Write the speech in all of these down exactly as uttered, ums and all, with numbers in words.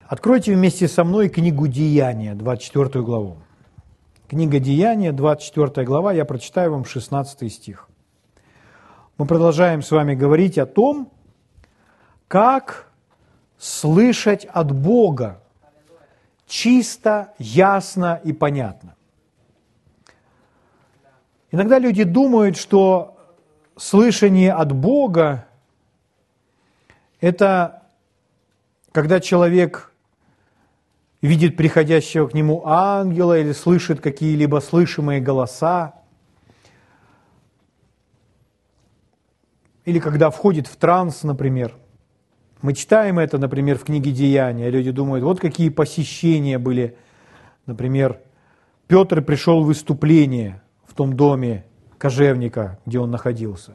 Откройте вместе со мной книгу Деяния, двадцать четвёртую главу. Книга Деяния, двадцать четвёртая глава, я прочитаю вам шестнадцатый стих. Мы продолжаем с вами говорить о том, как слышать от Бога чисто, ясно и понятно. Иногда люди думают, что слышание от Бога – это когда человек видит приходящего к нему ангела или слышит какие-либо слышимые голоса, или когда входит в транс, например. Мы читаем это, например, в книге Деяния, люди думают, вот какие посещения были. Например, Петр пришел в выступление в том доме кожевника, где он находился.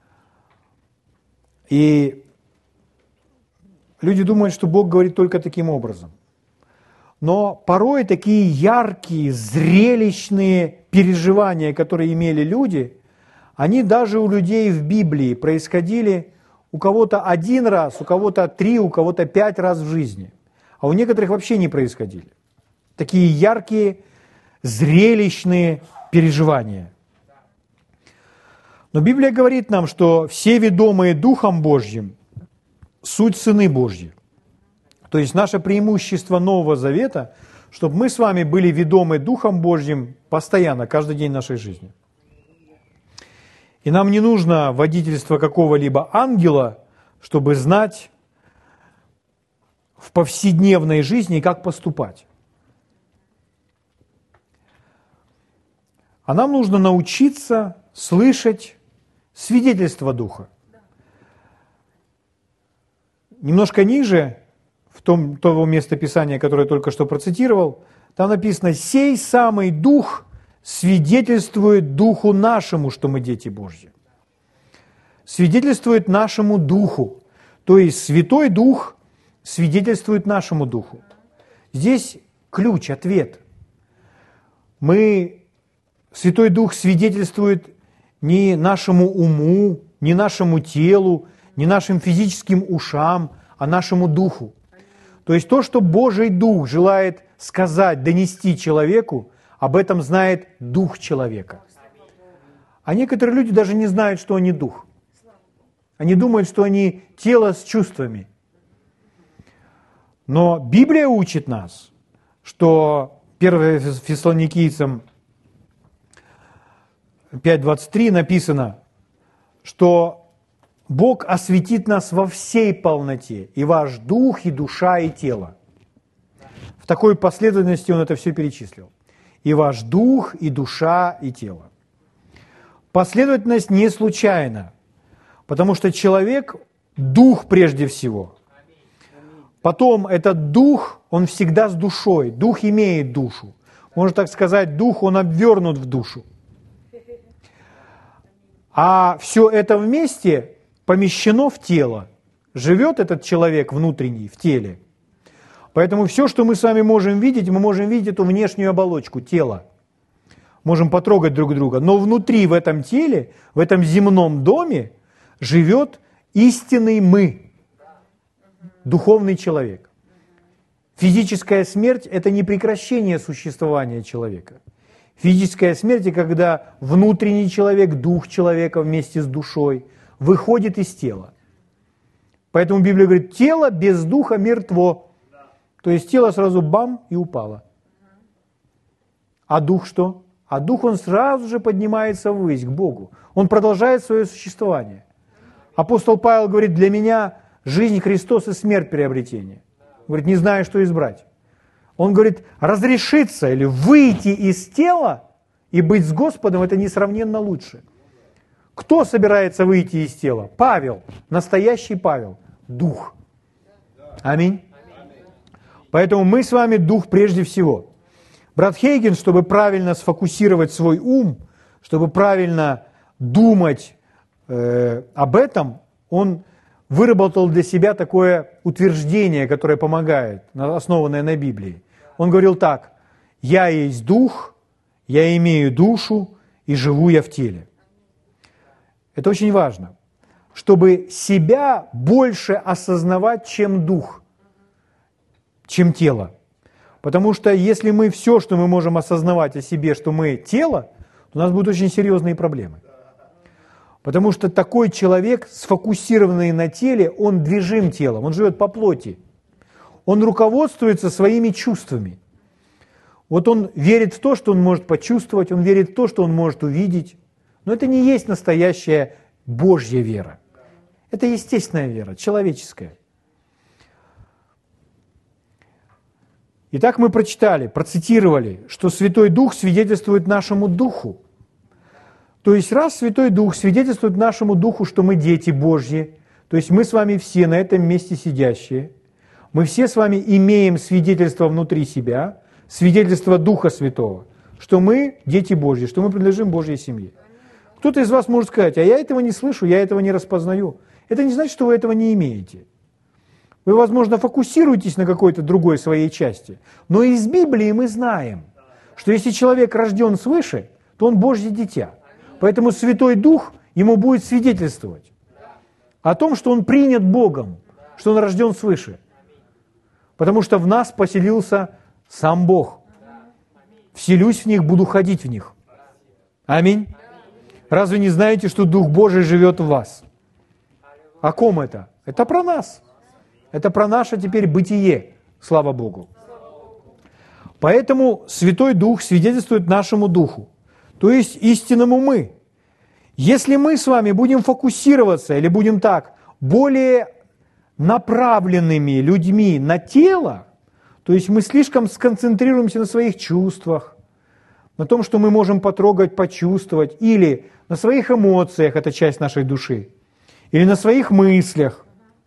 И люди думают, что Бог говорит только таким образом. Но порой такие яркие, зрелищные переживания, которые имели люди, они даже у людей в Библии происходили у кого-то один раз, у кого-то три, у кого-то пять раз в жизни. А у некоторых вообще не происходили. Такие яркие, зрелищные переживания. Но Библия говорит нам, что все ведомые Духом Божьим суть сыны Божьи. То есть наше преимущество Нового Завета, чтобы мы с вами были ведомы Духом Божьим постоянно, каждый день нашей жизни. И нам не нужно водительство какого-либо ангела, чтобы знать в повседневной жизни, как поступать. А нам нужно научиться слышать свидетельство Духа. Немножко ниже, в том того местописания, которое я только что процитировал, там написано: «Сей самый Дух свидетельствует Духу нашему, что мы дети Божьи». Свидетельствует нашему Духу. То есть Святой Дух свидетельствует нашему Духу. Здесь ключ, ответ. Мы, Святой Дух свидетельствует не нашему уму, не нашему телу, не нашим физическим ушам, а нашему Духу. То есть то, что Божий Дух желает сказать, донести человеку, об этом знает Дух человека. А некоторые люди даже не знают, что они Дух. Они думают, что они тело с чувствами. Но Библия учит нас, что первое Фессалоникийцам пять двадцать три написано, что Бог осветит нас во всей полноте, и ваш дух, и душа, и тело. В такой последовательности он это все перечислил. И ваш дух, и душа, и тело. Последовательность не случайна, потому что человек – дух прежде всего. Потом этот дух, он всегда с душой. Дух имеет душу. Можно так сказать, дух, он обвернут в душу. А все это вместе помещено в тело. Живет этот человек внутренний в теле. Поэтому все, что мы с вами можем видеть, мы можем видеть эту внешнюю оболочку, тело. Можем потрогать друг друга. Но внутри, в этом теле, в этом земном доме живет истинный мы, духовный человек. Физическая смерть – это не прекращение существования человека. Физическая смерть – это когда внутренний человек, дух человека вместе с душой выходит из тела. Поэтому Библия говорит, тело без духа мертво. То есть тело сразу бам и упало. А дух что? А дух, он сразу же поднимается ввысь, к Богу. Он продолжает свое существование. Апостол Павел говорит, для меня жизнь Христос и смерть приобретение. Говорит, не знаю, что избрать. Он говорит, разрешиться или выйти из тела и быть с Господом, это несравненно лучше. Кто собирается выйти из тела? Павел, настоящий Павел, дух. Аминь. Поэтому мы с вами дух прежде всего. Брат Хейген, чтобы правильно сфокусировать свой ум, чтобы правильно думать э, об этом, он выработал для себя такое утверждение, которое помогает, основанное на Библии. Он говорил так: «Я есть дух, я имею душу, и живу я в теле». Это очень важно, чтобы себя больше осознавать, чем дух. чем тело. Потому что если мы все, что мы можем осознавать о себе, что мы тело, то у нас будут очень серьезные проблемы. Потому что такой человек, сфокусированный на теле, он движим телом, он живет по плоти. Он руководствуется своими чувствами. Вот он верит в то, что он может почувствовать, он верит в то, что он может увидеть. Но это не есть настоящая Божья вера. Это естественная вера, человеческая. Итак, мы прочитали, процитировали, что Святой Дух свидетельствует нашему духу. То есть раз Святой Дух свидетельствует нашему духу, что мы дети Божьи, то есть мы с вами все на этом месте сидящие, мы все с вами имеем свидетельство внутри себя, свидетельство Духа Святого, что мы дети Божьи, что мы принадлежим Божьей семье. Кто-то из вас может сказать, а я этого не слышу, я этого не распознаю. Это не значит, что вы этого не имеете. Вы, возможно, фокусируетесь на какой-то другой своей части, но из Библии мы знаем, что если человек рожден свыше, то он Божье дитя. Поэтому Святой Дух ему будет свидетельствовать о том, что он принят Богом, что он рожден свыше. Потому что в нас поселился сам Бог. Вселюсь в них, буду ходить в них. Аминь. Разве не знаете, что Дух Божий живет в вас? О ком это? Это про нас. Это про наше теперь бытие, слава Богу. Поэтому Святой Дух свидетельствует нашему духу, то есть истинному мы. Если мы с вами будем фокусироваться, или будем так, более направленными людьми на тело, то есть мы слишком сконцентрируемся на своих чувствах, на том, что мы можем потрогать, почувствовать, или на своих эмоциях, это часть нашей души, или на своих мыслях,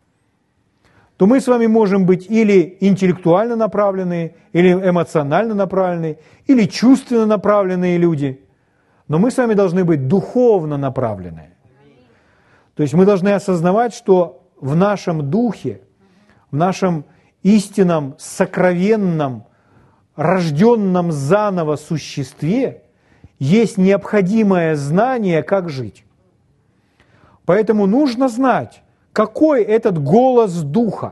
то мы с вами можем быть или интеллектуально направленные, или эмоционально направленные, или чувственно направленные люди, но мы с вами должны быть духовно направленные. То есть мы должны осознавать, что в нашем духе, в нашем истинном, сокровенном, рожденном заново существе есть необходимое знание, как жить. Поэтому нужно знать, какой этот голос Духа.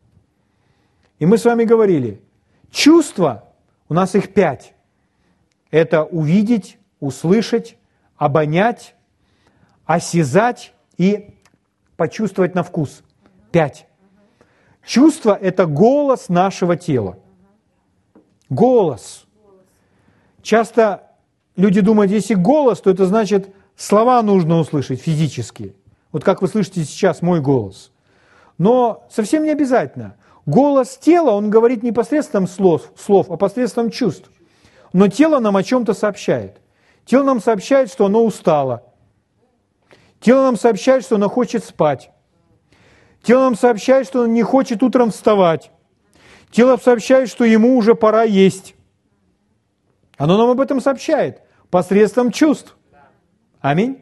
И мы с вами говорили, чувства, у нас их пять. Это увидеть, услышать, обонять, осязать и почувствовать на вкус. Пять. Чувство – это голос нашего тела. Голос. Часто люди думают, если голос, то это значит, слова нужно услышать физически. Вот как вы слышите сейчас мой голос. Но совсем не обязательно. Голос тела, он говорит не посредством слов, слов, а посредством чувств. Но тело нам о чем-то сообщает. Тело нам сообщает, что оно устало. Тело нам сообщает, что оно хочет спать. Тело нам сообщает, что оно не хочет утром вставать. Тело сообщает, что ему уже пора есть. Оно нам об этом сообщает посредством чувств. Аминь.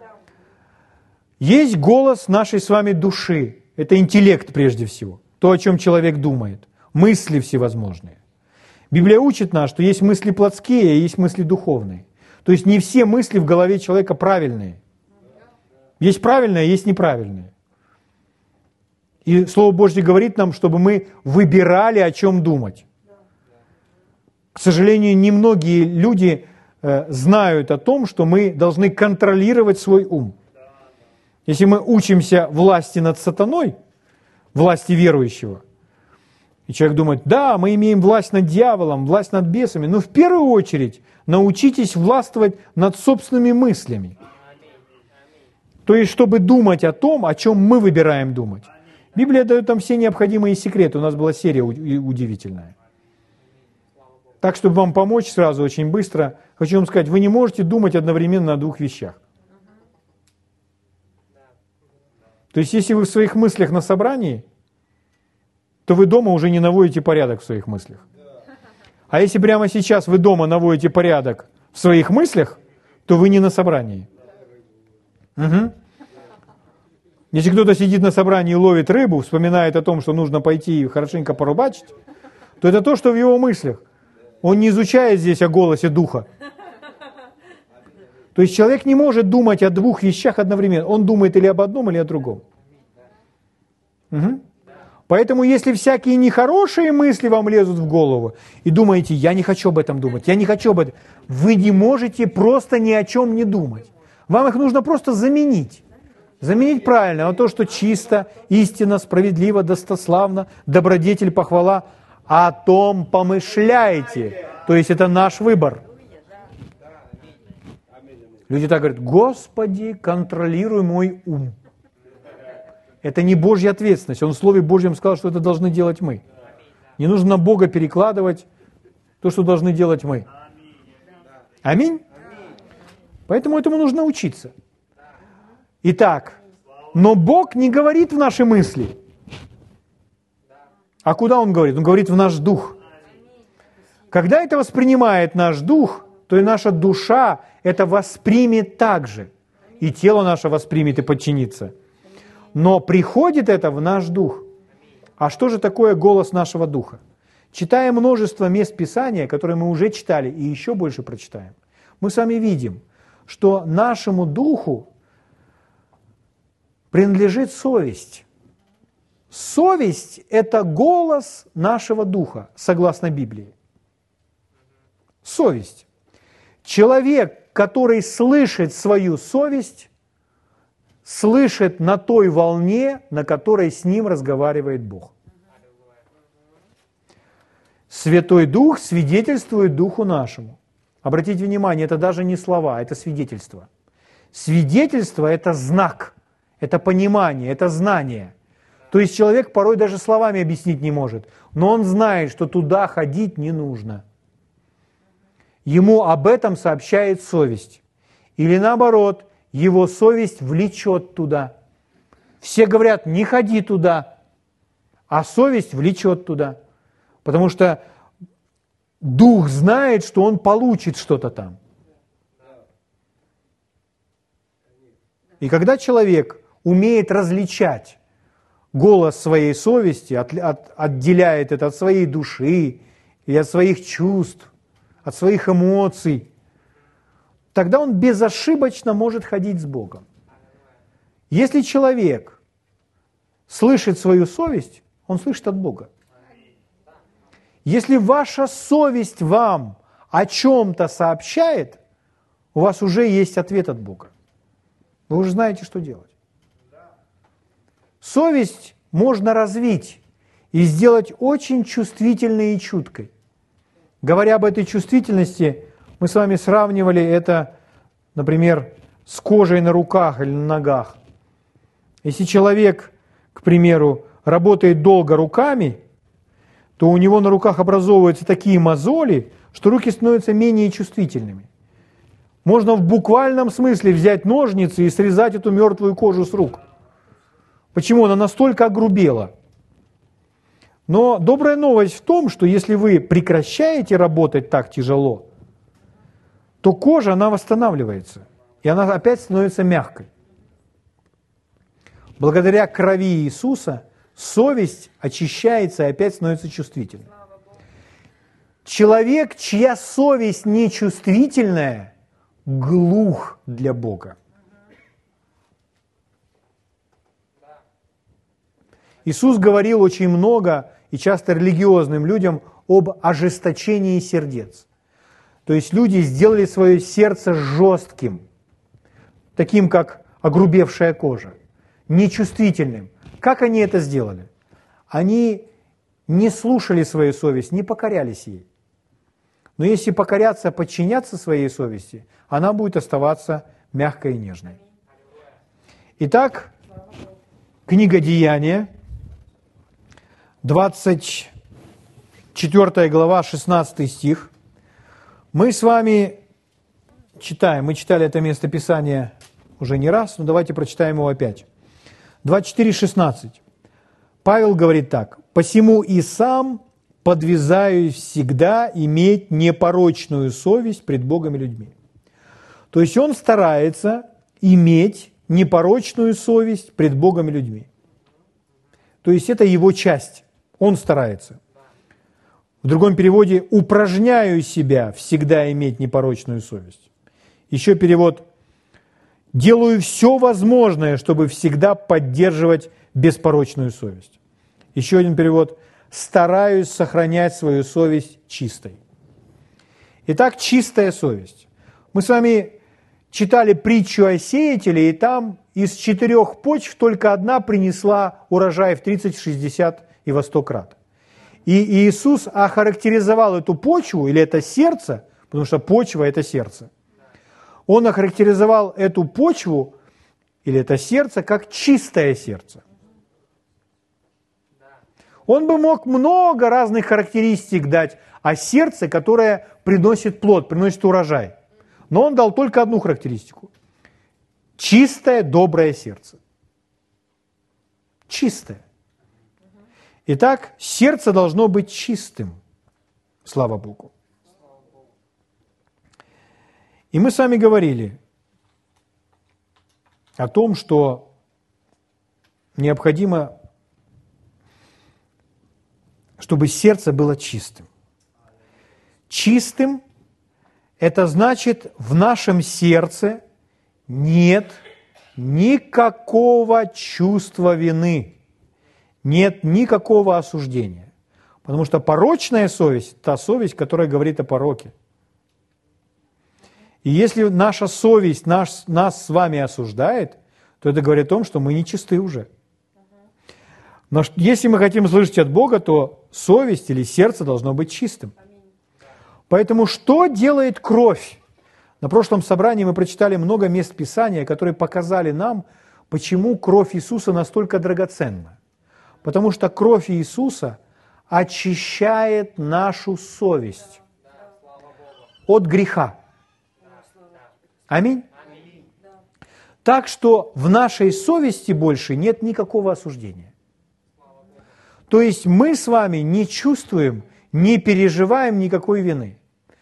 Есть голос нашей с вами души. Это интеллект прежде всего. То, о чем человек думает. Мысли всевозможные. Библия учит нас, что есть мысли плотские, а есть мысли духовные. То есть не все мысли в голове человека правильные. Есть правильные, есть неправильные. И Слово Божье говорит нам, чтобы мы выбирали, о чем думать. К сожалению, немногие люди э, знают о том, что мы должны контролировать свой ум. Если мы учимся власти над сатаной, власти верующего, и человек думает, да, мы имеем власть над дьяволом, власть над бесами, но в первую очередь научитесь властвовать над собственными мыслями. То есть, чтобы думать о том, о чем мы выбираем думать. Библия дает нам все необходимые секреты. У нас была серия удивительная. Так, чтобы вам помочь сразу, очень быстро, хочу вам сказать, вы не можете думать одновременно о двух вещах. То есть, если вы в своих мыслях на собрании, то вы дома уже не наводите порядок в своих мыслях. А если прямо сейчас вы дома наводите порядок в своих мыслях, то вы не на собрании. Угу. Если кто-то сидит на собрании и ловит рыбу, вспоминает о том, что нужно пойти и хорошенько порыбачить, то это то, что в его мыслях. Он не изучает здесь о голосе Духа. То есть человек не может думать о двух вещах одновременно. Он думает или об одном, или о другом. Угу. Поэтому, если всякие нехорошие мысли вам лезут в голову, и думаете, я не хочу об этом думать, я не хочу об этом, вы не можете просто ни о чем не думать. Вам их нужно просто заменить. Заменить правильно, на то, что чисто, истинно, справедливо, достославно, добродетель, похвала. О том помышляйте. То есть это наш выбор. Люди так говорят, Господи, контролируй мой ум. Это не Божья ответственность. Он в Слове Божьем сказал, что это должны делать мы. Не нужно на Бога перекладывать то, что должны делать мы. Аминь? Поэтому этому нужно учиться. Итак, но Бог не говорит в наши мысли. А куда Он говорит? Он говорит в наш дух. Когда это воспринимает наш дух, то и наша душа это воспримет так же. И тело наше воспримет и подчинится. Но приходит это в наш дух. А что же такое голос нашего духа? Читая множество мест Писания, которые мы уже читали и еще больше прочитаем, мы с вами видим, что нашему духу принадлежит совесть. Совесть – это голос нашего духа, согласно Библии. Совесть. Человек, который слышит свою совесть, слышит на той волне, на которой с ним разговаривает Бог. Святой Дух свидетельствует Духу нашему. Обратите внимание, это даже не слова, это свидетельство. Свидетельство – это знак, это понимание, это знание. То есть человек порой даже словами объяснить не может, но он знает, что туда ходить не нужно. Ему об этом сообщает совесть. Или наоборот, его совесть влечет туда. Все говорят, не ходи туда, а совесть влечет туда. Потому что дух знает, что он получит что-то там. И когда человек умеет различать голос своей совести, от, от, отделяет это от своей души и от своих чувств, от своих эмоций, тогда он безошибочно может ходить с Богом. Если человек слышит свою совесть, он слышит от Бога. Если ваша совесть вам о чем-то сообщает, у вас уже есть ответ от Бога. Вы уже знаете, что делать. Совесть можно развить и сделать очень чувствительной и чуткой. Говоря об этой чувствительности, мы с вами сравнивали это, например, с кожей на руках или на ногах. Если человек, к примеру, работает долго руками, то у него на руках образовываются такие мозоли, что руки становятся менее чувствительными. Можно в буквальном смысле взять ножницы и срезать эту мертвую кожу с рук. Почему? Она настолько огрубела. Но добрая новость в том, что если вы прекращаете работать так тяжело, то кожа, она восстанавливается, и она опять становится мягкой. Благодаря крови Иисуса совесть очищается и опять становится чувствительной. Человек, чья совесть нечувствительная, глух для Бога. Иисус говорил очень много и часто религиозным людям об ожесточении сердец. То есть люди сделали свое сердце жестким, таким как огрубевшая кожа, нечувствительным. Как они это сделали? Они не слушали свою совесть, не покорялись ей. Но если покоряться, подчиняться своей совести, она будет оставаться мягкой и нежной. Итак, книга Деяния, двадцать четвёртая глава, шестнадцатый стих. Мы с вами читаем, мы читали это местописание уже не раз, но давайте прочитаем его опять. двадцать четыре шестнадцать. Павел говорит так: «Посему и сам подвязаюсь всегда иметь непорочную совесть пред Богом и людьми». То есть он старается иметь непорочную совесть пред Богом и людьми. То есть это его часть. Он старается. В другом переводе «упражняю себя всегда иметь непорочную совесть». Еще перевод «делаю все возможное, чтобы всегда поддерживать беспорочную совесть». Еще один перевод. Стараюсь сохранять свою совесть чистой. Итак, чистая совесть. Мы с вами читали притчу о сеятеле, и там из четырех почв только одна принесла урожай в тридцать, шестьдесят и во сто крат. И Иисус охарактеризовал эту почву, или это сердце, потому что почва – это сердце. Он охарактеризовал эту почву, или это сердце, как чистое сердце. Он бы мог много разных характеристик дать о сердце, которое приносит плод, приносит урожай. Но он дал только одну характеристику. Чистое, доброе сердце. Чистое. Итак, сердце должно быть чистым. Слава Богу. И мы с вами говорили о том, что необходимо, чтобы сердце было чистым. Чистым – это значит, в нашем сердце нет никакого чувства вины, нет никакого осуждения. Потому что порочная совесть – та совесть, которая говорит о пороке. И если наша совесть наш, нас с вами осуждает, то это говорит о том, что мы нечисты уже. Но если мы хотим слышать от Бога, то совесть или сердце должно быть чистым. Поэтому что делает кровь? На прошлом собрании мы прочитали много мест Писания, которые показали нам, почему кровь Иисуса настолько драгоценна. Потому что кровь Иисуса очищает нашу совесть от греха. Аминь. Так что в нашей совести больше нет никакого осуждения. То есть мы с вами не чувствуем, не переживаем никакой вины.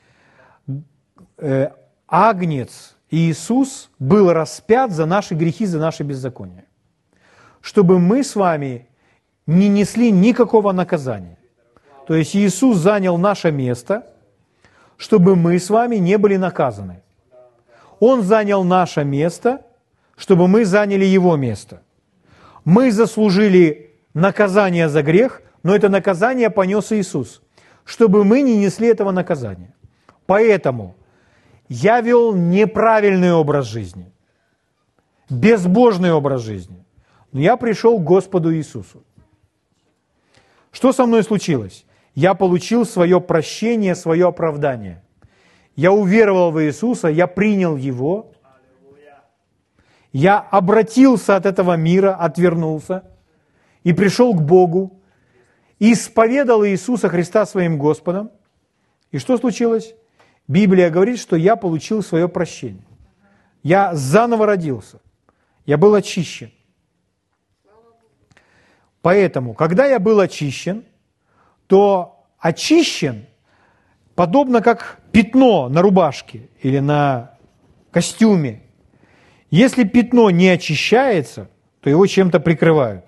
Агнец Иисус был распят за наши грехи, за наши беззакония, чтобы мы с вами не несли никакого наказания. То есть Иисус занял наше место, чтобы мы с вами не были наказаны. Он занял наше место, чтобы мы заняли Его место. Мы заслужили наказание за грех, но это наказание понес Иисус, чтобы мы не несли этого наказания. Поэтому я вел неправильный образ жизни, безбожный образ жизни, но я пришел к Господу Иисусу. Что со мной случилось? Я получил свое прощение, свое оправдание. Я уверовал в Иисуса, я принял Его, я обратился от этого мира, отвернулся и пришел к Богу, исповедал Иисуса Христа своим Господом. И что случилось? Библия говорит, что я получил свое прощение. Я заново родился. Я был очищен. Поэтому, когда я был очищен, то очищен, подобно как пятно на рубашке или на костюме. Если пятно не очищается, то его чем-то прикрывают.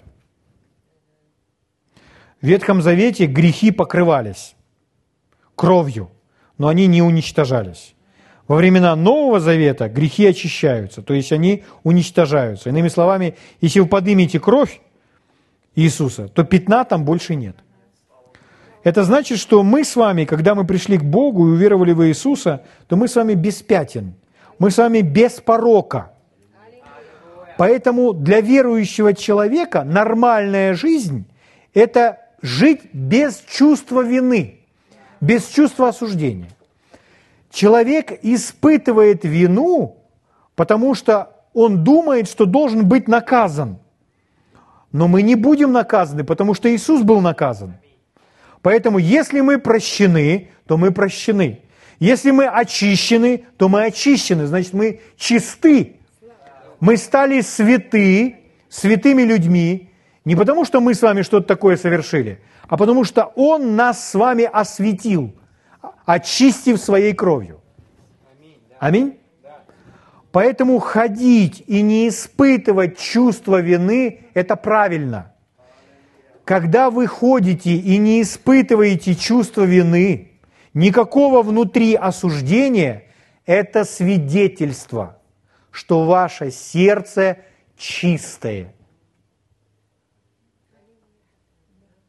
В Ветхом Завете грехи покрывались кровью, но они не уничтожались. Во времена Нового Завета грехи очищаются, то есть они уничтожаются. Иными словами, если вы поднимете кровь Иисуса, то пятна там больше нет. Это значит, что мы с вами, когда мы пришли к Богу и уверовали в Иисуса, то мы с вами без пятен, мы с вами без порока. Поэтому для верующего человека нормальная жизнь – это жить без чувства вины, без чувства осуждения. Человек испытывает вину, потому что он думает, что должен быть наказан. Но мы не будем наказаны, потому что Иисус был наказан. Поэтому если мы прощены, то мы прощены. Если мы очищены, то мы очищены, значит, мы чисты. Мы стали святы, святыми людьми, не потому что мы с вами что-то такое совершили, а потому что Он нас с вами осветил, очистив своей кровью. Аминь? Поэтому ходить и не испытывать чувство вины – это правильно. Когда вы ходите и не испытываете чувство вины, никакого внутри осуждения – это свидетельство, что ваше сердце чистое.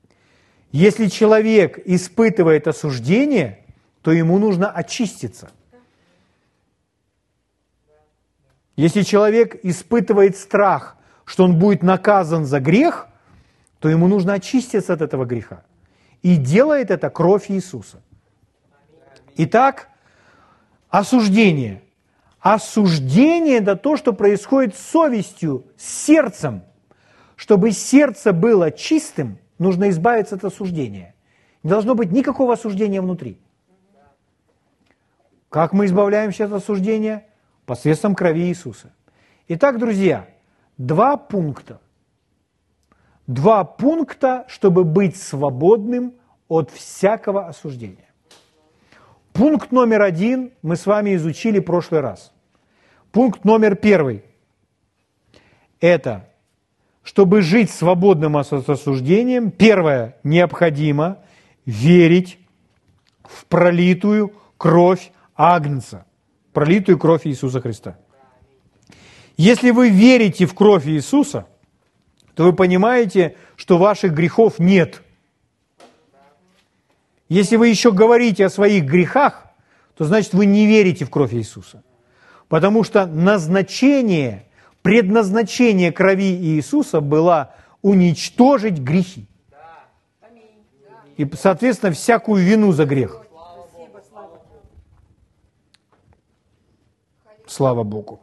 Если человек испытывает осуждение, то ему нужно очиститься. Если человек испытывает страх, что он будет наказан за грех, то ему нужно очиститься от этого греха. И делает это кровь Иисуса. Итак, осуждение. Осуждение – это то, что происходит с совестью, с сердцем. Чтобы сердце было чистым, нужно избавиться от осуждения. Не должно быть никакого осуждения внутри. Как мы избавляемся от осуждения? Посредством крови Иисуса. Итак, друзья, два пункта. Два пункта, чтобы быть свободным от всякого осуждения. Пункт номер один мы с вами изучили в прошлый раз. Пункт номер первый – это, чтобы жить свободным от осуждения, первое, необходимо верить в пролитую кровь Агнца, пролитую кровь Иисуса Христа. Если вы верите в кровь Иисуса, то вы понимаете, что ваших грехов нет. Если вы еще говорите о своих грехах, то значит вы не верите в кровь Иисуса. Потому что назначение, предназначение крови Иисуса было уничтожить грехи. И, соответственно, всякую вину за грех. Слава Богу.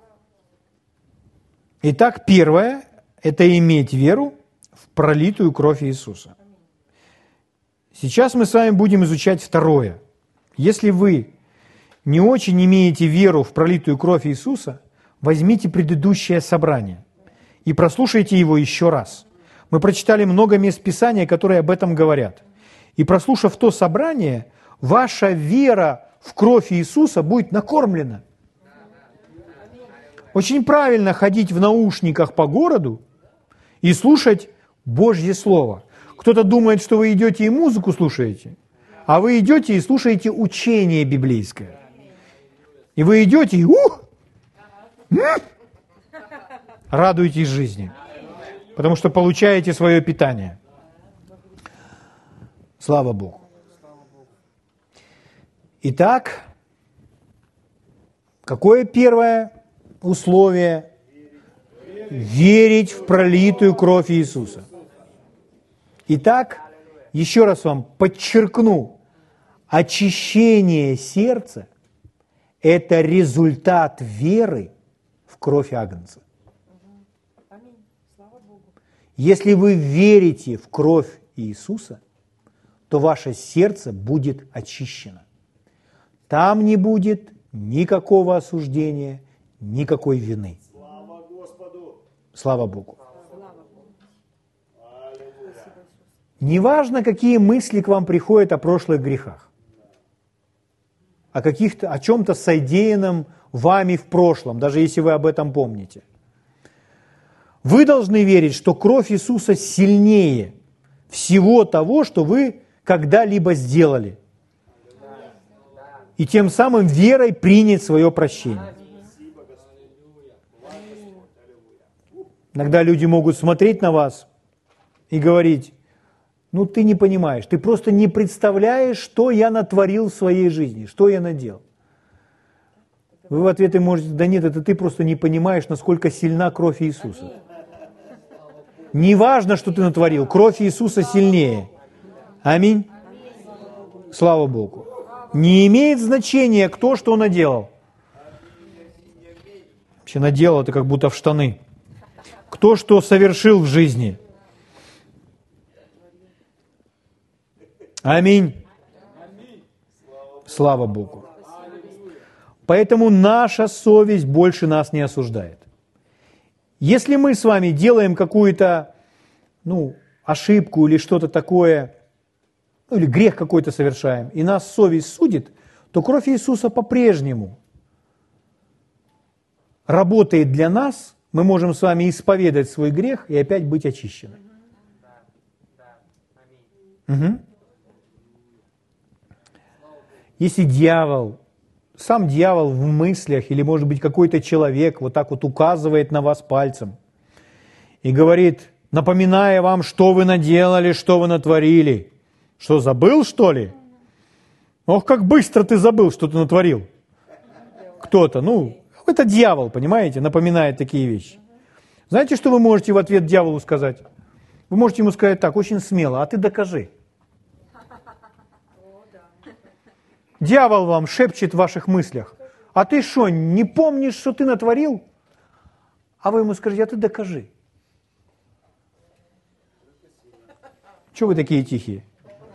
Итак, первое – это иметь веру в пролитую кровь Иисуса. Сейчас мы с вами будем изучать второе. Если вы не очень имеете веру в пролитую кровь Иисуса, возьмите предыдущее собрание и прослушайте его еще раз. Мы прочитали много мест Писания, которые об этом говорят. И прослушав то собрание, ваша вера в кровь Иисуса будет накормлена. Очень правильно ходить в наушниках по городу и слушать Божье Слово. Кто-то думает, что вы идете и музыку слушаете, а вы идете и слушаете учение библейское. И вы идете и ух, радуетесь жизни, потому что получаете свое питание. Слава Богу. Итак, какое первое условие? Верить в пролитую кровь Иисуса. Итак, еще раз вам подчеркну, очищение сердца – это результат веры в кровь Агнца. Если вы верите в кровь Иисуса, то ваше сердце будет очищено. Там не будет никакого осуждения, никакой вины. Слава Господу! Слава Богу! Неважно, какие мысли к вам приходят о прошлых грехах, о, каких-то, о чем-то содеянном вами в прошлом, даже если вы об этом помните. Вы должны верить, что кровь Иисуса сильнее всего того, что вы когда-либо сделали. И тем самым верой принять свое прощение. Иногда люди могут смотреть на вас и говорить: ну ты не понимаешь, ты просто не представляешь, что я натворил в своей жизни, что я наделал. Вы в ответ им можете: да нет, это ты просто не понимаешь, насколько сильна кровь Иисуса. Не важно, что ты натворил, кровь Иисуса сильнее. Аминь. Слава Богу. Не имеет значения, кто что наделал. Вообще наделал это как будто в штаны. Кто что совершил в жизни. Аминь. Слава Богу. Поэтому наша совесть больше нас не осуждает. Если мы с вами делаем какую-то, ну, ошибку или что-то такое, ну, или грех какой-то совершаем, и нас совесть судит, то кровь Иисуса по-прежнему работает для нас, мы можем с вами исповедать свой грех и опять быть очищены. Угу. Если дьявол, сам дьявол в мыслях, или, может быть, какой-то человек вот так вот указывает на вас пальцем и говорит, напоминая вам, что вы наделали, что вы натворили, Что, забыл, что ли? Ох, как быстро ты забыл, что ты натворил. Кто-то, ну, это дьявол, понимаете, напоминает такие вещи. Знаете, что вы можете в ответ дьяволу сказать? Вы можете ему сказать так, очень смело, а ты докажи. Дьявол вам шепчет в ваших мыслях. А ты что, не помнишь, что ты натворил? А вы ему скажете, а ты докажи. Чего вы такие тихие?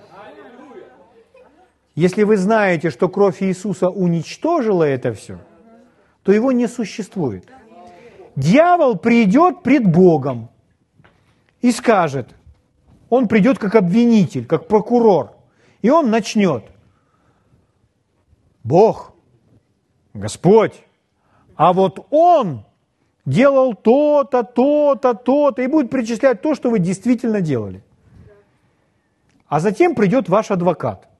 Если вы знаете, что кровь Иисуса уничтожила это все, то его не существует. Дьявол придет пред Богом и скажет, он придет как обвинитель, как прокурор, и он начнет. Бог, Господь, а вот Он делал то-то, то-то, то-то, и будет перечислять то, что вы действительно делали. А затем придет ваш адвокат.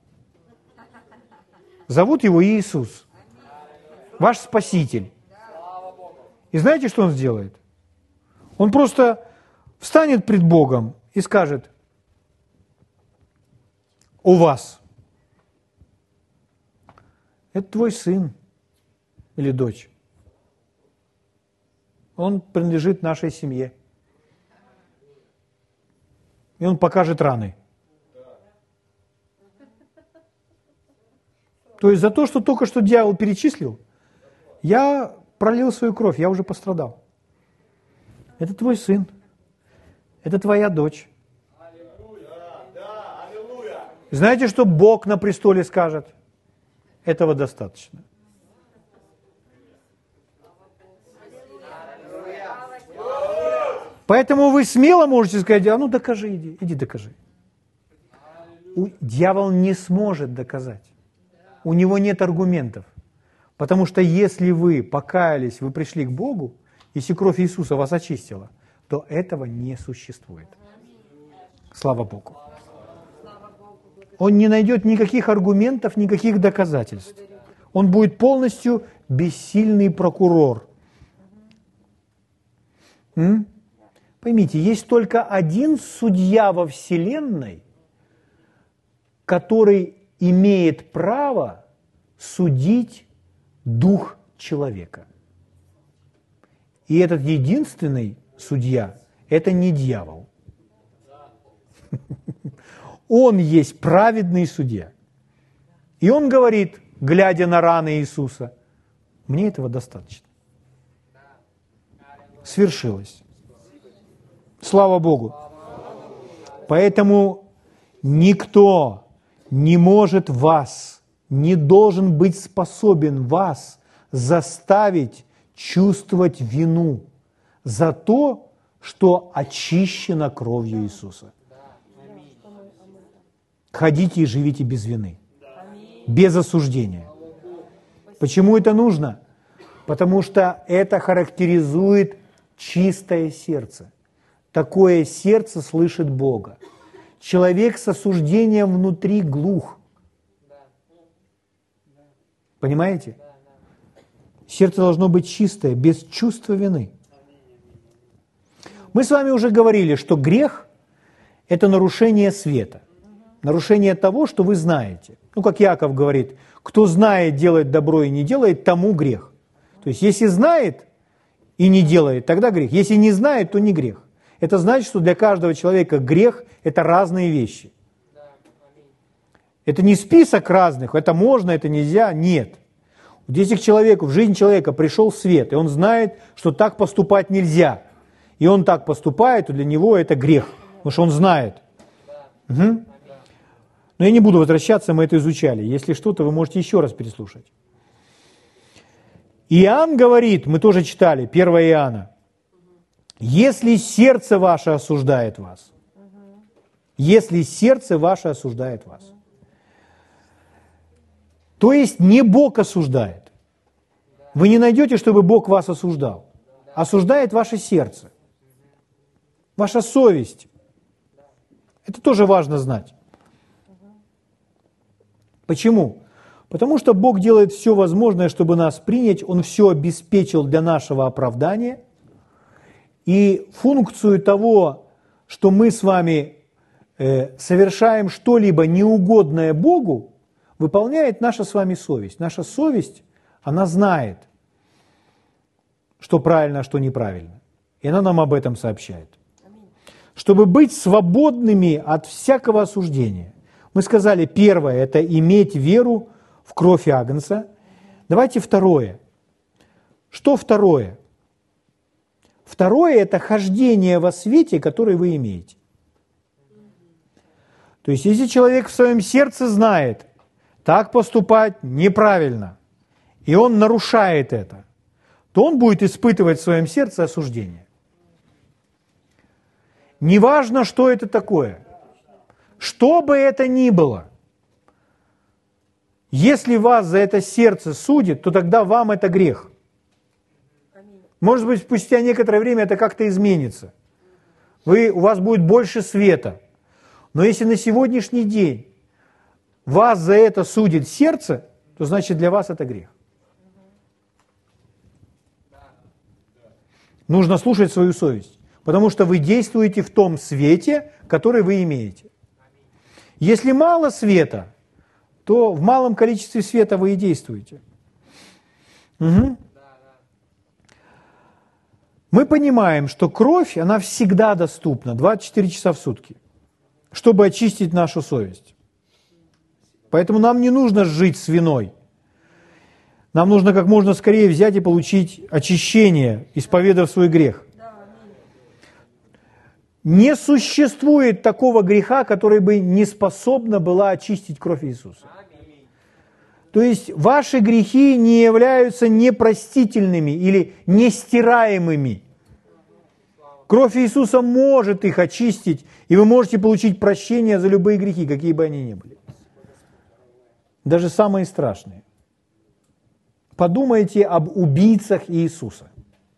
Зовут его Иисус, ваш Спаситель. И знаете, что Он сделает? Он просто встанет пред Богом и скажет, у вас это твой сын или дочь. Он принадлежит нашей семье. И он покажет раны. То есть за то, что только что дьявол перечислил, я пролил свою кровь, я уже пострадал. Это твой сын. Это твоя дочь. Знаете, что Бог на престоле скажет? Этого достаточно. Поэтому вы смело можете сказать, а ну докажи, иди, иди докажи. У, дьявол не сможет доказать. У него нет аргументов. Потому что если вы покаялись, вы пришли к Богу, если кровь Иисуса вас очистила, то этого не существует. Слава Богу. Он не найдет никаких аргументов, никаких доказательств. Он будет полностью бессильный прокурор. М? Поймите, есть только один судья во Вселенной, который имеет право судить дух человека. И этот единственный судья – это не дьявол. Он есть праведный судья. И он говорит, глядя на раны Иисуса, мне этого достаточно. Свершилось. Слава Богу. Поэтому никто не может вас, не должен быть способен вас заставить чувствовать вину за то, что очищено кровью Иисуса. Ходите и живите без вины, без осуждения. Почему это нужно? Потому что это характеризует чистое сердце. Такое сердце слышит Бога. Человек с осуждением внутри глух. Понимаете? Сердце должно быть чистое, без чувства вины. Мы с вами уже говорили, что грех – это нарушение света. Нарушение того, что вы знаете. Ну, как Иаков говорит, кто знает, делает добро и не делает, тому грех. То есть, если знает и не делает, тогда грех. Если не знает, то не грех. Это значит, что для каждого человека грех – это разные вещи. Это не список разных, это можно, это нельзя, нет. Если к человеку, в жизнь человека пришел свет, и он знает, что так поступать нельзя, и он так поступает, то для него это грех, потому что он знает. Угу. Но я не буду возвращаться, мы это изучали. Если что-то, вы можете еще раз переслушать. Иоанн говорит, мы тоже читали, первое Иоанна, если сердце ваше осуждает вас, если сердце ваше осуждает вас, то есть не Бог осуждает. Вы не найдете, чтобы Бог вас осуждал. Осуждает ваше сердце, ваша совесть. Это тоже важно знать. Почему? Потому что Бог делает все возможное, чтобы нас принять. Он все обеспечил для нашего оправдания. И функцию того, что мы с вами э, совершаем что-либо неугодное Богу, выполняет наша с вами совесть. Наша совесть, она знает, что правильно, а что неправильно. И она нам об этом сообщает. Чтобы быть свободными от всякого осуждения. Мы сказали, первое – это иметь веру в кровь Агнца. Давайте второе. Что второе? Второе – это хождение во свете, которое вы имеете. То есть, если человек в своем сердце знает, так поступать неправильно, и он нарушает это, то он будет испытывать в своем сердце осуждение. Неважно, что это такое, что бы это ни было, если вас за это сердце судит, то тогда вам это грех. Может быть, спустя некоторое время это как-то изменится. Вы, у вас будет больше света. Но если на сегодняшний день вас за это судит сердце, то значит для вас это грех. Нужно слушать свою совесть, потому что вы действуете в том свете, который вы имеете. Если мало света, то в малом количестве света вы и действуете. Угу. Мы понимаем, что кровь, она всегда доступна, двадцать четыре часа в сутки, чтобы очистить нашу совесть. Поэтому нам не нужно жить с виной. Нам нужно как можно скорее взять и получить очищение, исповедав свой грех. Не существует такого греха, который бы не способна была очистить кровь Иисуса. То есть ваши грехи не являются непростительными или нестираемыми. Кровь Иисуса может их очистить, и вы можете получить прощение за любые грехи, какие бы они ни были. Даже самые страшные. Подумайте об убийцах Иисуса.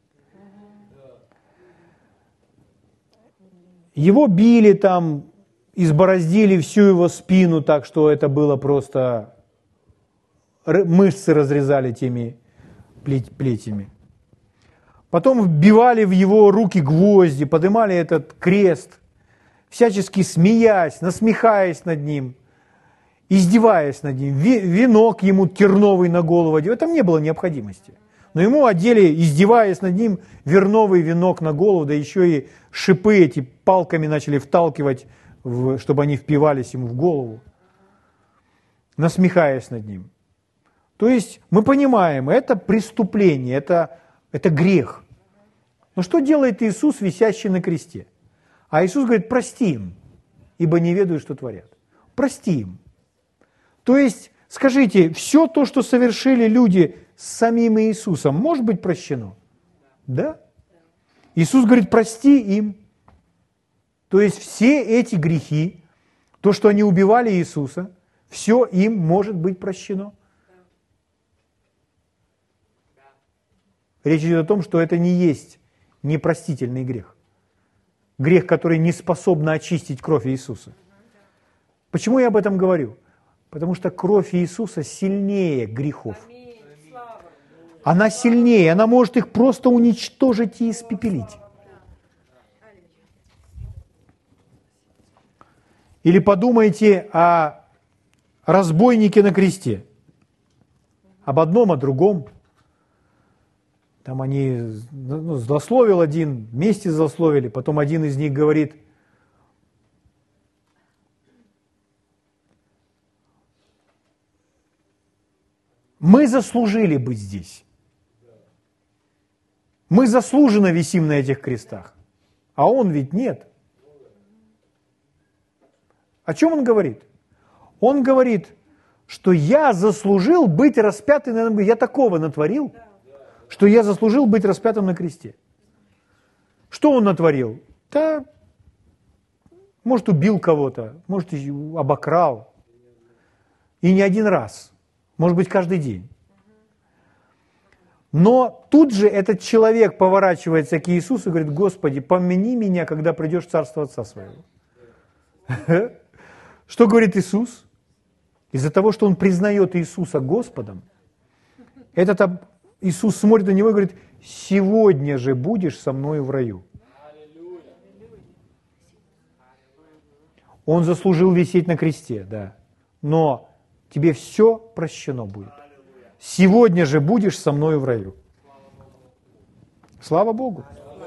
Его били там, избороздили всю его спину так, что это было просто... Мышцы разрезали теми плетями. Потом вбивали в его руки гвозди, поднимали этот крест, всячески смеясь, насмехаясь над ним, издеваясь над ним. Венок ему терновый на голову одели. В этом не было необходимости. Но ему одели, издеваясь над ним, верновый венок на голову, да еще и шипы эти палками начали вталкивать, чтобы они впивались ему в голову, насмехаясь над ним. То есть мы понимаем, это преступление, это, это грех. Но что делает Иисус, висящий на кресте? А Иисус говорит, прости им, ибо не ведают, что творят. Прости им. То есть, скажите, все то, что совершили люди с самим Иисусом, может быть прощено? Да? Иисус говорит, прости им. То есть все эти грехи, то, что они убивали Иисуса, все им может быть прощено. Речь идет о том, что это не есть непростительный грех. Грех, который не способен очистить кровь Иисуса. Почему я об этом говорю? Потому что кровь Иисуса сильнее грехов. Она сильнее, она может их просто уничтожить и испепелить. Или подумайте о разбойнике на кресте. Об одном, о другом. Там они, ну, злословил один, вместе злословили, потом один из них говорит, мы заслужили быть здесь. Мы заслуженно висим на этих крестах, а он ведь нет. О чем он говорит? Он говорит, что я заслужил быть распятым, я такого натворил, что я заслужил быть распятым на кресте. Что он натворил? Да, может, убил кого-то, может, обокрал. И не один раз, может быть, каждый день. Но тут же этот человек поворачивается к Иисусу и говорит, Господи, помяни меня, когда придешь в Царство Отца Своего. Что говорит Иисус? Из-за того, что он признает Иисуса Господом, этот Иисус смотрит на него и говорит, сегодня же будешь со мной в раю. Он заслужил висеть на кресте, да. Но тебе все прощено будет. Сегодня же будешь со мною в раю. Слава Богу.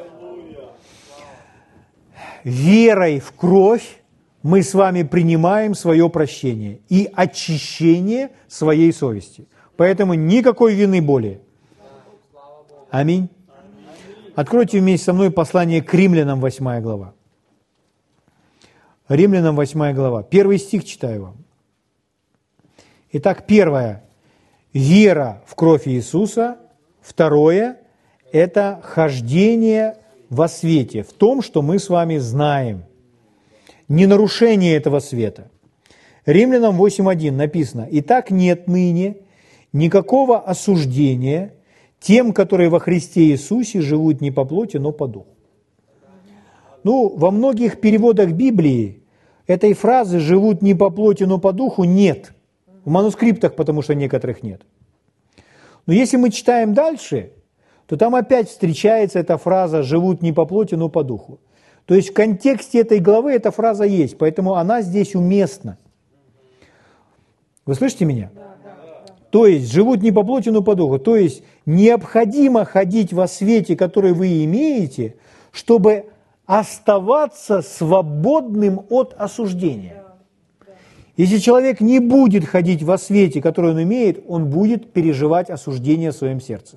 Верой в кровь мы с вами принимаем свое прощение и очищение своей совести. Поэтому никакой вины более. Аминь. Откройте вместе со мной послание к Римлянам, восьмая глава. Римлянам, восьмая глава. Первый стих читаю вам. Итак, первое. Вера в кровь Иисуса. Второе. Это хождение во свете, в том, что мы с вами знаем. Не нарушение этого света. Римлянам восемь один написано: «Итак, нет ныне никакого осуждения тем, которые во Христе Иисусе живут не по плоти, но по духу». Ну, во многих переводах Библии этой фразы «живут не по плоти, но по духу» нет. В манускриптах, потому что некоторых нет. Но если мы читаем дальше, то там опять встречается эта фраза «живут не по плоти, но по духу». То есть в контексте этой главы эта фраза есть, поэтому она здесь уместна. Вы слышите меня? То есть живут не по плоти, но по духу. То есть необходимо ходить во свете, который вы имеете, чтобы оставаться свободным от осуждения. Если человек не будет ходить во свете, который он имеет, он будет переживать осуждение в своем сердце.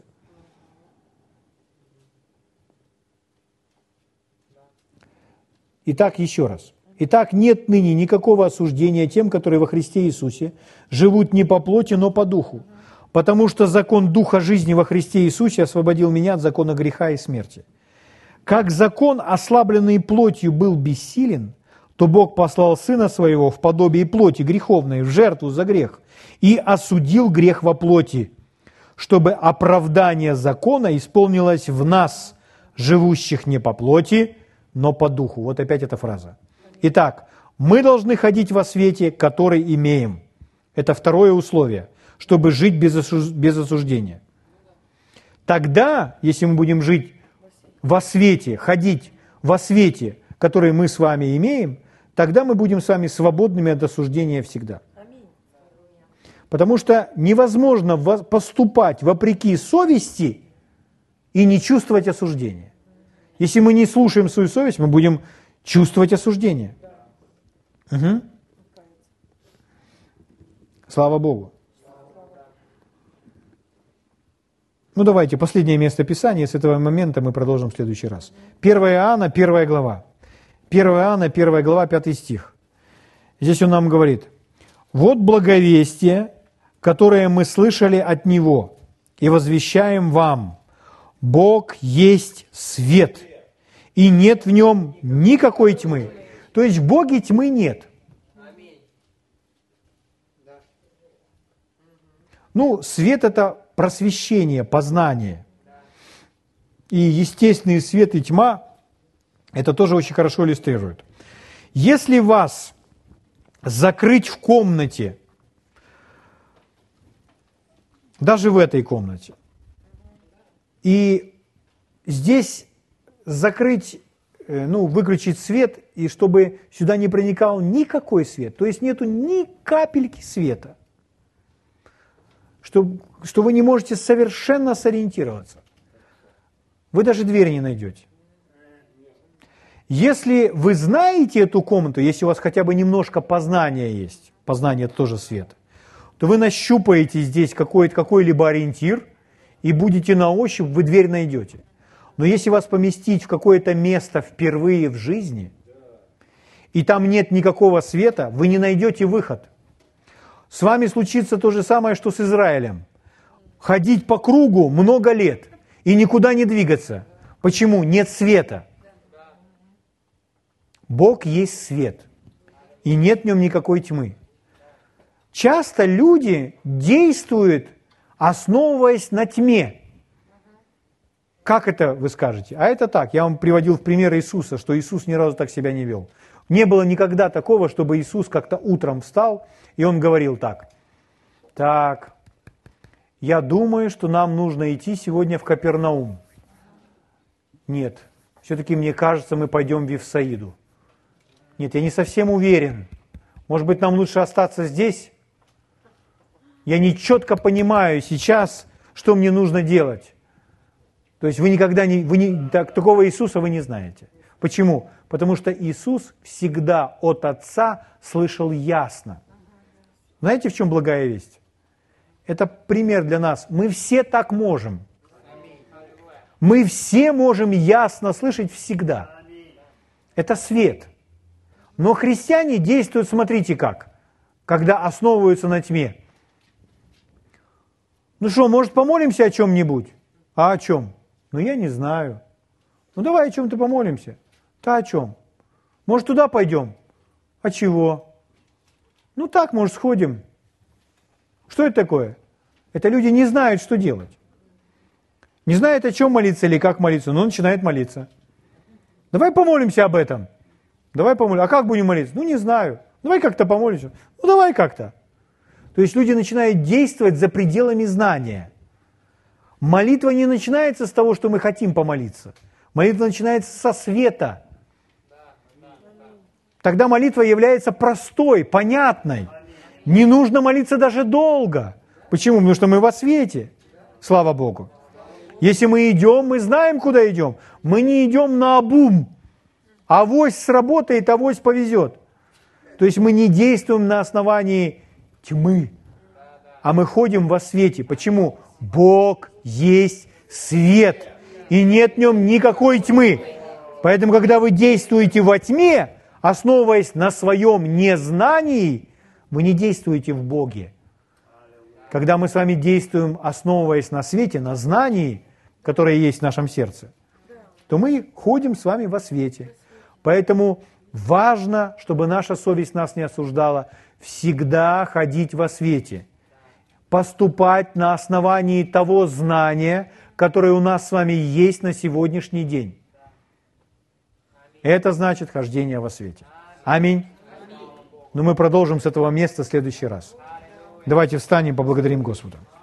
Итак, еще раз. Итак, нет ныне никакого осуждения тем, которые во Христе Иисусе живут не по плоти, но по духу. Потому что закон Духа жизни во Христе Иисусе освободил меня от закона греха и смерти. Как закон, ослабленный плотью, был бессилен, то Бог послал Сына Своего в подобие плоти греховной, в жертву за грех, и осудил грех во плоти, чтобы оправдание закона исполнилось в нас, живущих не по плоти, но по духу. Вот опять эта фраза. Итак, мы должны ходить во свете, который имеем. Это второе условие, чтобы жить без осуждения. Тогда, если мы будем жить во свете, ходить во свете, который мы с вами имеем, тогда мы будем с вами свободными от осуждения всегда. Потому что невозможно поступать вопреки совести и не чувствовать осуждения. Если мы не слушаем свою совесть, мы будем чувствовать осуждение. Угу. Слава Богу. Ну давайте, последнее место Писания, с этого момента мы продолжим в следующий раз. первое Иоанна, первая глава. первое Иоанна, первая глава, пятый стих. Здесь он нам говорит: «Вот благовестие, которое мы слышали от Него, и возвещаем вам. Бог есть свет, и нет в нем никакой тьмы». То есть в Боге тьмы нет. Ну, свет – это просвещение, познание. И естественный свет и тьма это тоже очень хорошо иллюстрирует. Если вас закрыть в комнате, даже в этой комнате, и здесь закрыть, ну, выключить свет, и чтобы сюда не проникал никакой свет, то есть нету ни капельки света, что, что вы не можете совершенно сориентироваться, вы даже дверь не найдете. Если вы знаете эту комнату, если у вас хотя бы немножко познания есть, познание – это тоже свет, то вы нащупаете здесь какой-то, какой-либо ориентир и будете на ощупь, вы дверь найдете. Но если вас поместить в какое-то место впервые в жизни, и там нет никакого света, вы не найдете выход. С вами случится то же самое, что с Израилем. Ходить по кругу много лет и никуда не двигаться. Почему? Нет света. Бог есть свет, и нет в нем никакой тьмы. Часто люди действуют, основываясь на тьме. Как это вы скажете? А это так, я вам приводил в пример Иисуса, что Иисус ни разу так себя не вел. Не было никогда такого, чтобы Иисус как-то утром встал, и Он говорил так: так, я думаю, что нам нужно идти сегодня в Капернаум. Нет, все-таки мне кажется, мы пойдем в Вифсаиду. Нет, я не совсем уверен. Может быть, нам лучше остаться здесь? Я не четко понимаю сейчас, что мне нужно делать. То есть вы никогда не, вы не так, такого Иисуса вы не знаете. Почему? Потому что Иисус всегда от Отца слышал ясно. Знаете, в чем благая весть? Это пример для нас. Мы все так можем. Мы все можем ясно слышать всегда. Это свет. Но христиане действуют, смотрите как, когда основываются на тьме. Ну что, может, помолимся о чем-нибудь? А о чем? Ну, я не знаю. Ну, давай о чем-то помолимся. Да о чем? Может, туда пойдем? А чего? Ну, так, может, сходим. Что это такое? Это люди не знают, что делать. Не знают, о чем молиться или как молиться, но начинают молиться. Давай помолимся об этом. Давай помолимся. А как будем молиться? Ну, не знаю. Давай как-то помолимся. Ну, давай как-то. То есть люди начинают действовать за пределами знания. Молитва не начинается с того, что мы хотим помолиться. Молитва начинается со света. Тогда молитва является простой, понятной. Не нужно молиться даже долго. Почему? Потому что мы во свете. Слава Богу. Если мы идем, мы знаем, куда идем. Мы не идем наобум. Авось сработает, авось повезет. То есть мы не действуем на основании тьмы, а мы ходим во свете. Почему? Бог есть свет, и нет в нем никакой тьмы. Поэтому, когда вы действуете во тьме, основываясь на своем незнании, вы не действуете в Боге. Когда мы с вами действуем, основываясь на свете, на знании, которое есть в нашем сердце, то мы ходим с вами во свете. Поэтому важно, чтобы наша совесть нас не осуждала, всегда ходить во свете, поступать на основании того знания, которое у нас с вами есть на сегодняшний день. Это значит хождение во свете. Аминь. Но мы продолжим с этого места в следующий раз. Давайте встанем, поблагодарим Господа.